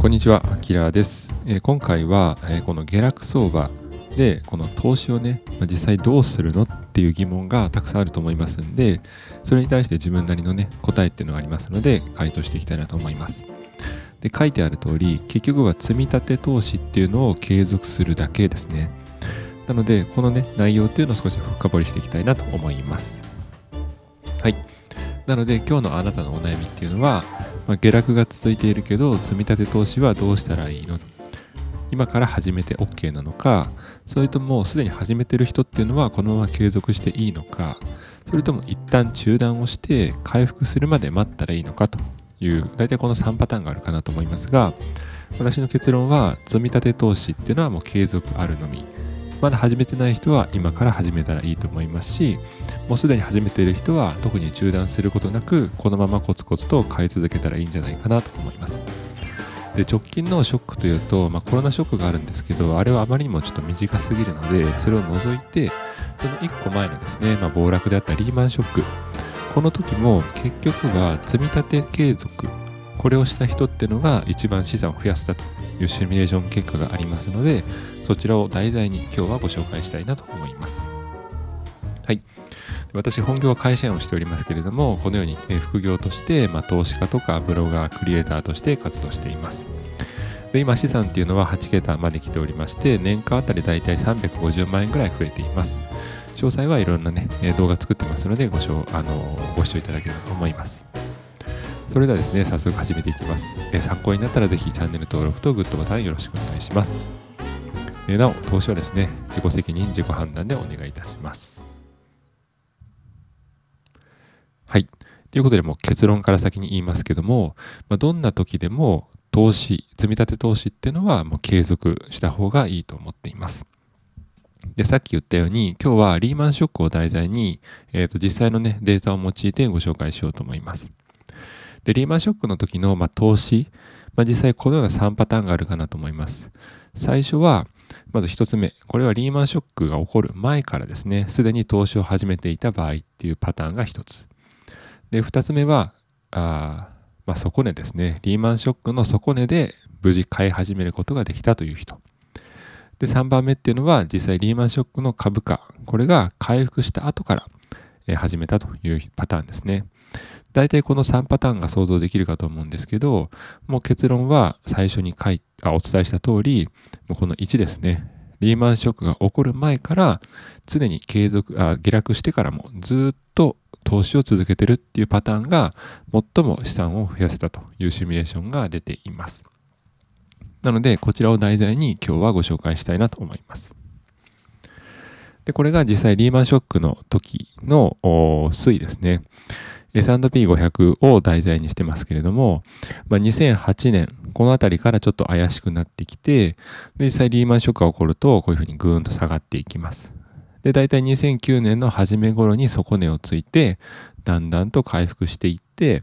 こんにちは、アキラです。今回は、この下落相場でこの投資をね、実際どうするのっていう疑問がたくさんあると思いますんで、それに対して自分なりのね、答えっていうのがありますので、回答していきたいなと思います。で、書いてある通り、結局は積み立て投資っていうのを継続するだけですね。なので、このね、内容っていうのを少し深掘りしていきたいなと思います。はい。なので、今日のあなたのお悩みっていうのは、下落が続いているけど、積み立て投資はどうしたらいいの？今から始めて OK なのか、それともすでに始めてる人っていうのはこのまま継続していいのか、それとも一旦中断をして回復するまで待ったらいいのかという、大体この3パターンがあるかなと思いますが、私の結論は積み立て投資っていうのはもう継続あるのみ。まだ始めてない人は今から始めたらいいと思いますし、もうすでに始めている人は特に中断することなく、このままコツコツと買い続けたらいいんじゃないかなと思います。で、直近のショックというと、コロナショックがあるんですけど、あれはあまりにもちょっと短すぎるので、それを除いて、その1個前のですね、暴落であったリーマンショック、この時も結局は積み立て継続、これをした人っていうのが一番資産を増やせたというシミュレーション結果がありますので、そちらを題材に今日はご紹介したいなと思います。はい。私、本業は会社員をしておりますけれども、このように副業として、投資家とかブロガー、クリエイターとして活動しています。で、今、資産っていうのは8桁まで来ておりまして、年間あたりだいたい350万円ぐらい増えています。詳細はいろんなね、動画作ってますのでご視聴いただければと思います。それではですね、早速始めていきます。参考になったらぜひチャンネル登録とグッドボタンよろしくお願いします。なお、投資はですね、自己責任、自己判断でお願いいたします。はい。ということで、もう結論から先に言いますけども、どんな時でも投資、積み立て投資っていうのはもう継続した方がいいと思っています。で、さっき言ったように、今日はリーマンショックを題材に、実際のね、データを用いてご紹介しようと思います。で、リーマンショックの時の投資、実際このような3パターンがあるかなと思います。最初は、まず1つ目、これはリーマンショックが起こる前からですね、すでに投資を始めていた場合っていうパターンが1つ。で、2つ目は、底値ですね。リーマンショックの底値で無事買い始めることができたという人。で、3番目っていうのは、実際リーマンショックの株価、これが回復した後から始めたというパターンですね。大体この3パターンが想像できるかと思うんですけど、もう結論は最初にお伝えした通り、もうこの1ですね。リーマンショックが起こる前から常に下落してからもずっと投資を続けてるっていうパターンが最も資産を増やせたというシミュレーションが出ています。なのでこちらを題材に今日はご紹介したいなと思います。で、これが実際リーマンショックの時の推移ですね。S&P500 を題材にしてますけれども、2008年、このあたりからちょっと怪しくなってきて、実際リーマンショックが起こると、こういうふうにぐーんと下がっていきます。で、大体2009年の初め頃に底値をついて、だんだんと回復していって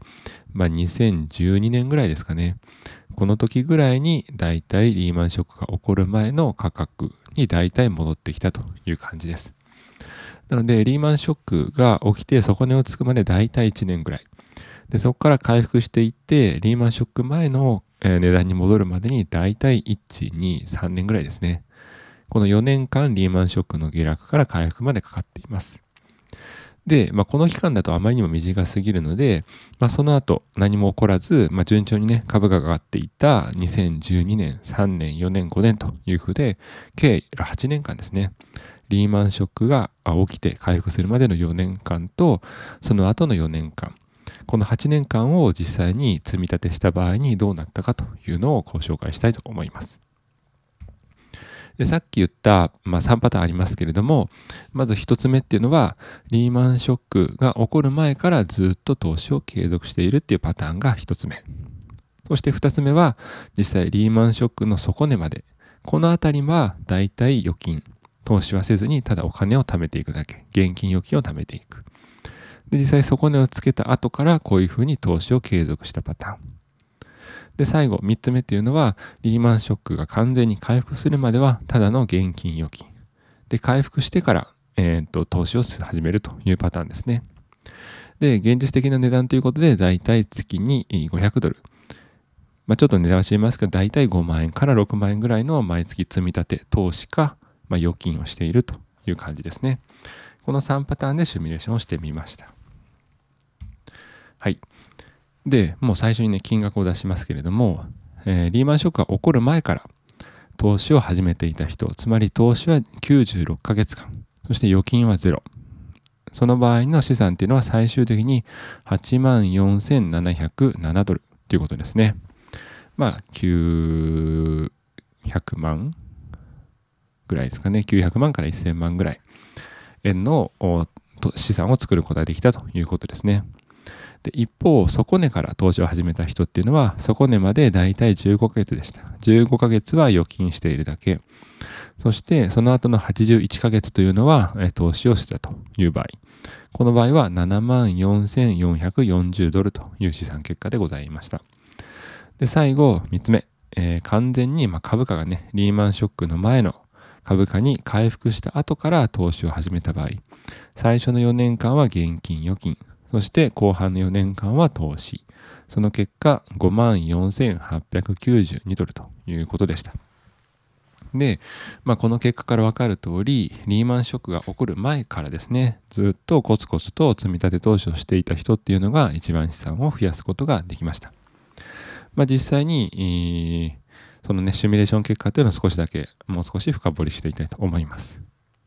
、2012年ぐらいですかね。この時ぐらいに、大体リーマンショックが起こる前の価格に大体戻ってきたという感じです。なので、リーマンショックが起きて底値をつくまで大体1年ぐらい。で、そこから回復していって、リーマンショック前の値段に戻るまでに大体1、2、3年ぐらいですね。この4年間リーマンショックの下落から回復までかかっています。で、この期間だとあまりにも短すぎるので、その後何も起こらず、順調にね、株価が上がっていた2012年、3年、4年、5年というふうで、計8年間ですね。リーマンショックが起きて回復するまでの4年間と、その後の4年間、この8年間を実際に積み立てした場合にどうなったかというのをご紹介したいと思います。で、さっき言った、3パターンありますけれども、まず1つ目っていうのは、リーマンショックが起こる前からずっと投資を継続しているっていうパターンが1つ目。そして2つ目は、実際リーマンショックの底値まで、このあたりはだいたい預金。投資はせずにただお金を貯めていくだけ。現金預金を貯めていく。で、実際底値をつけた後からこういうふうに投資を継続したパターン。で、最後3つ目っていうのは、リーマンショックが完全に回復するまではただの現金預金。で、回復してから、投資を始めるというパターンですね。で、現実的な値段ということで、だいたい月に500ドル。 ちょっと値段は知りますけど、だいたい5万円から6万円ぐらいの毎月積み立て投資か、預金をしているという感じですね。この3パターンでシミュレーションをしてみました。はい。で、もう最初にね、金額を出しますけれども、リーマンショックが起こる前から投資を始めていた人、つまり投資は96ヶ月間、そして預金はゼロ。その場合の資産っていうのは最終的に84,707ドルということですね。900万ぐらいですかね。900万から1000万ぐらい円の資産を作ることができたということですね。で、一方、底値から投資を始めた人っていうのは、底値までだいたい15ヶ月でした。15ヶ月は預金しているだけ。そして、その後の81ヶ月というのは、投資をしたという場合。この場合は74,440ドルという試算結果でございました。で、最後、3つ目。完全に株価がね、リーマンショックの前の株価に回復した後から投資を始めた場合、最初の4年間は現金預金。そして後半の4年間は投資。その結果、54,892ドルということでした。で、この結果から分かる通り、リーマンショックが起こる前からですね、ずっとコツコツと積み立て投資をしていた人っていうのが一番資産を増やすことができました。実際に、そのね、シミュレーション結果というのを少しだけ、もう少し深掘りしていきたいと思います。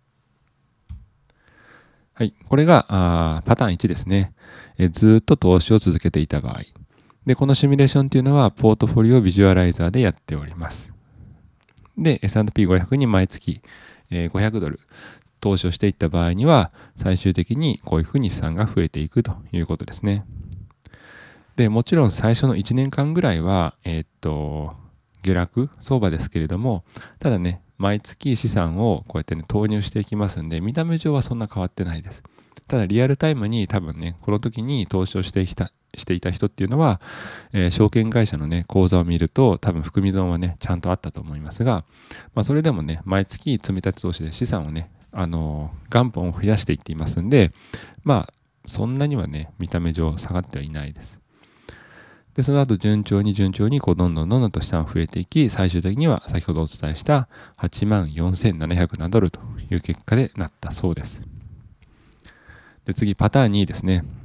はい。これがパターン1ですね。ずっと投資を続けていた場合。で、このシミュレーションというのは、ポートフォリオビジュアライザーでやっております。で、S&P500 に毎月500ドル投資をしていった場合には、最終的にこういうふうに資産が増えていくということですね。で、もちろん最初の1年間ぐらいは、下落相場ですけれども、ただね、毎月資産をこうやってね、投入していきますんで、見た目上はそんな変わってないです。ただリアルタイムに多分ね、この時に投資をしていた人っていうのは、証券会社のね、口座を見ると多分含み損はね、ちゃんとあったと思いますが、それでもね、毎月積み立て投資で資産をね、元本を増やしていっていますんで、そんなにはね、見た目上下がってはいないです。で、その後順調にどんどんと資産が増えていき、最終的には先ほどお伝えした84,707ドルという結果でなったそうです。で、次、パターン2ですね。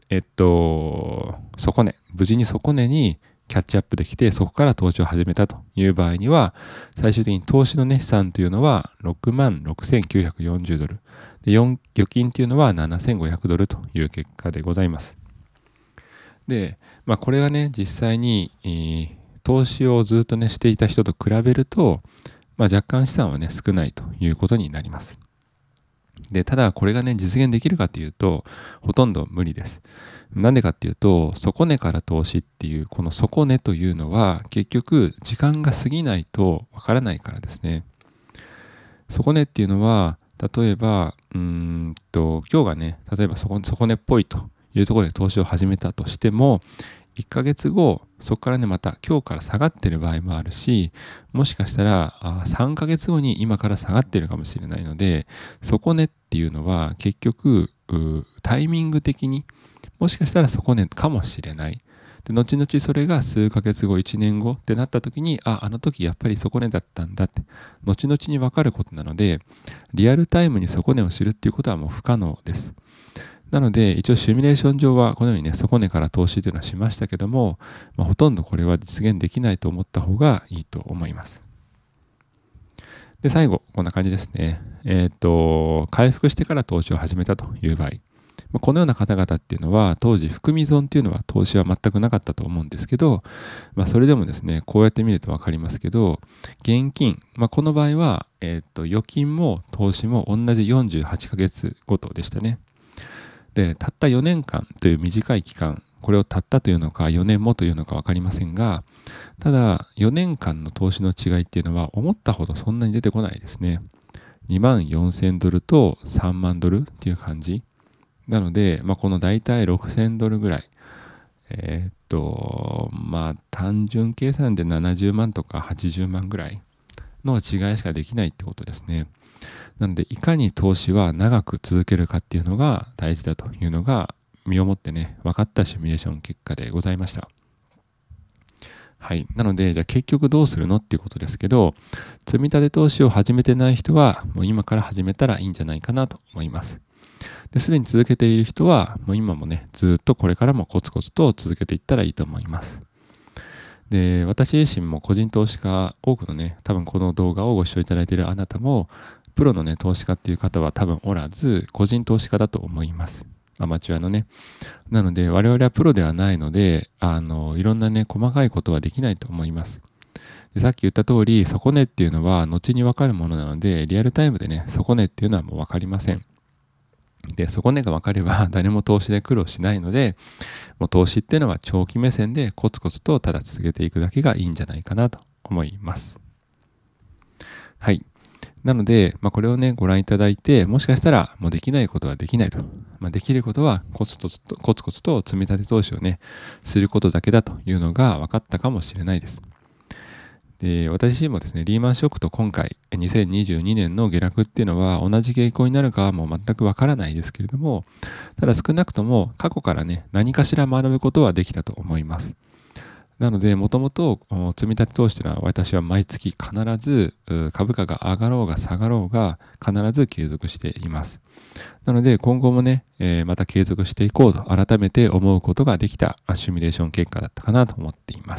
底値。無事に底値にキャッチアップできて、そこから投資を始めたという場合には、最終的に投資の資産というのは66,940ドル。で、預金というのは7,500ドルという結果でございます。で、これがね、実際に、投資をずっとね、していた人と比べると、若干資産はね、少ないということになります。で、ただこれがね、実現できるかというと、ほとんど無理です。なんでかっていうと、底値から投資っていう、この底値というのは、結局、時間が過ぎないとわからないからですね。底値っていうのは、例えば、今日がね、例えば底値っぽいというところで投資を始めたとしても、1ヶ月後、そこからね、また今日から下がってる場合もあるし、もしかしたら3ヶ月後に今から下がってるかもしれないので、底値っていうのは結局、タイミング的にもしかしたら底値かもしれない。で、後々それが数ヶ月後、1年後ってなった時に、あの時やっぱり底値だったんだって、後々に分かることなので、リアルタイムに底値を知るっていうことはもう不可能です。なので、一応シミュレーション上はこのようにね、底値から投資というのはしましたけども、ほとんどこれは実現できないと思った方がいいと思います。で、最後、こんな感じですね。回復してから投資を始めたという場合、このような方々っていうのは、当時含み損っていうのは投資は全くなかったと思うんですけど、それでもですね、こうやって見ると分かりますけど、現金、この場合は、預金も投資も同じ48ヶ月ごとでしたね。で、たった4年間という短い期間、これをたったというのか4年もというのか分かりませんが、ただ4年間の投資の違いっていうのは思ったほどそんなに出てこないですね。24,000ドルと3万ドルっていう感じ。なので、この大体6,000ドルぐらい。単純計算で70万とか80万ぐらいの違いしかできないってことですね。なので、いかに投資は長く続けるかっていうのが大事だというのが身をもってね、分かったシミュレーション結果でございました。 はい。なので、じゃあ結局どうするのっていうことですけど、積み立て投資を始めてない人は、もう今から始めたらいいんじゃないかなと思います。で、すでに続けている人は、もう今もね、ずっとこれからもコツコツと続けていったらいいと思います。で、私自身も個人投資家、多くのね、多分この動画をご視聴いただいているあなたも、プロのね、投資家っていう方は多分おらず、個人投資家だと思います。アマチュアのね。なので、我々はプロではないので、いろんなね、細かいことはできないと思います。で、さっき言った通り、底値っていうのは後に分かるものなので、リアルタイムでね、底値っていうのはもう分かりません。で、底値が分かれば誰も投資で苦労しないので、もう投資っていうのは長期目線でコツコツとただ続けていくだけがいいんじゃないかなと思います。はい。なので、これをね、ご覧いただいて、もしかしたらもうできないことはできないと。できることはコツコツと積み立て投資をね、することだけだというのが分かったかもしれないです。で、私自身もですね、リーマンショックと今回、2022年の下落っていうのは同じ傾向になるかはもう全くわからないですけれども、ただ少なくとも過去からね、何かしら学ぶことはできたと思います。なので、もともと積み立て投資というのは私は毎月必ず株価が上がろうが下がろうが必ず継続しています。なので、今後もね、また継続していこうと改めて思うことができたシミュレーション結果だったかなと思っています。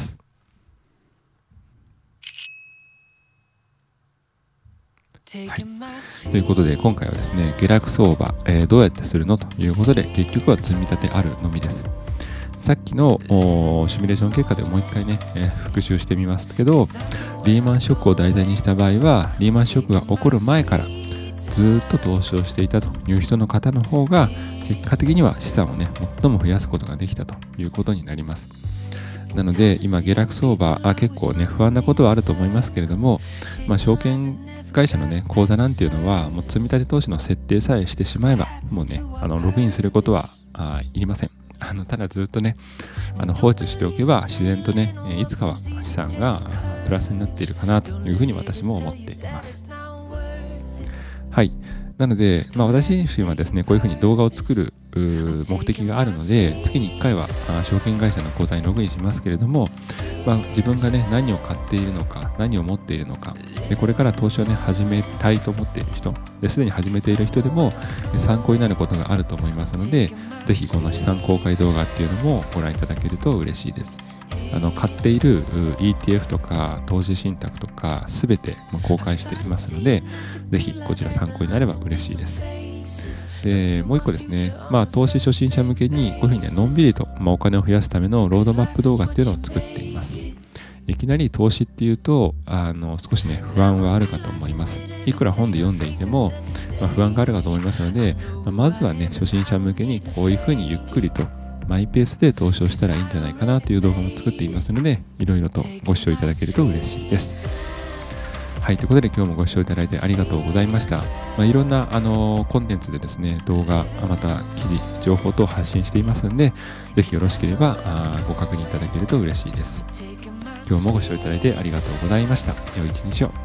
はい、ということで今回はですね、下落相場、どうやってするのということで結局は積み立てあるのみです。さっきのシミュレーション結果でもう一回ね、復習してみますけど、リーマンショックを題材にした場合はリーマンショックが起こる前からずっと投資をしていたという人の方の方が結果的には資産をね最も増やすことができたということになります。なので今下落相場結構ね不安なことはあると思いますけれども、証券会社のね口座なんていうのはもう積み立て投資の設定さえしてしまえばもうねログインすることはいりません。ただずっとね放置しておけば自然とねいつかは資産がプラスになっているかなというふうに私も思っています。はい。なので、私自身はですね、こういうふうに動画を作る目的があるので、月に1回は証券会社の口座にログインしますけれども、自分がね、何を買っているのか、何を持っているのか、でこれから投資をね、始めたいと思っている人、すでに始めている人でも参考になることがあると思いますので、ぜひこの資産公開動画っていうのもご覧いただけると嬉しいです。買っている ETF とか投資信託とかすべて公開していますので、ぜひこちら参考になれば嬉しいです。で、もう一個ですね、投資初心者向けにこういうふうにね、のんびりと、お金を増やすためのロードマップ動画っていうのを作っています。いきなり投資っていうと、少しね、不安はあるかと思います。いくら本で読んでいても、不安があるかと思いますので、まずはね、初心者向けにこういうふうにゆっくりとマイペースで投資をしたらいいんじゃないかなという動画も作っていますので、いろいろとご視聴いただけると嬉しいです。はい、ということで今日もご視聴いただいてありがとうございました。いろんなコンテンツでですね、動画、また記事、情報等発信していますので、ぜひよろしければご確認いただけると嬉しいです。今日もご視聴いただいてありがとうございました。良い一日を。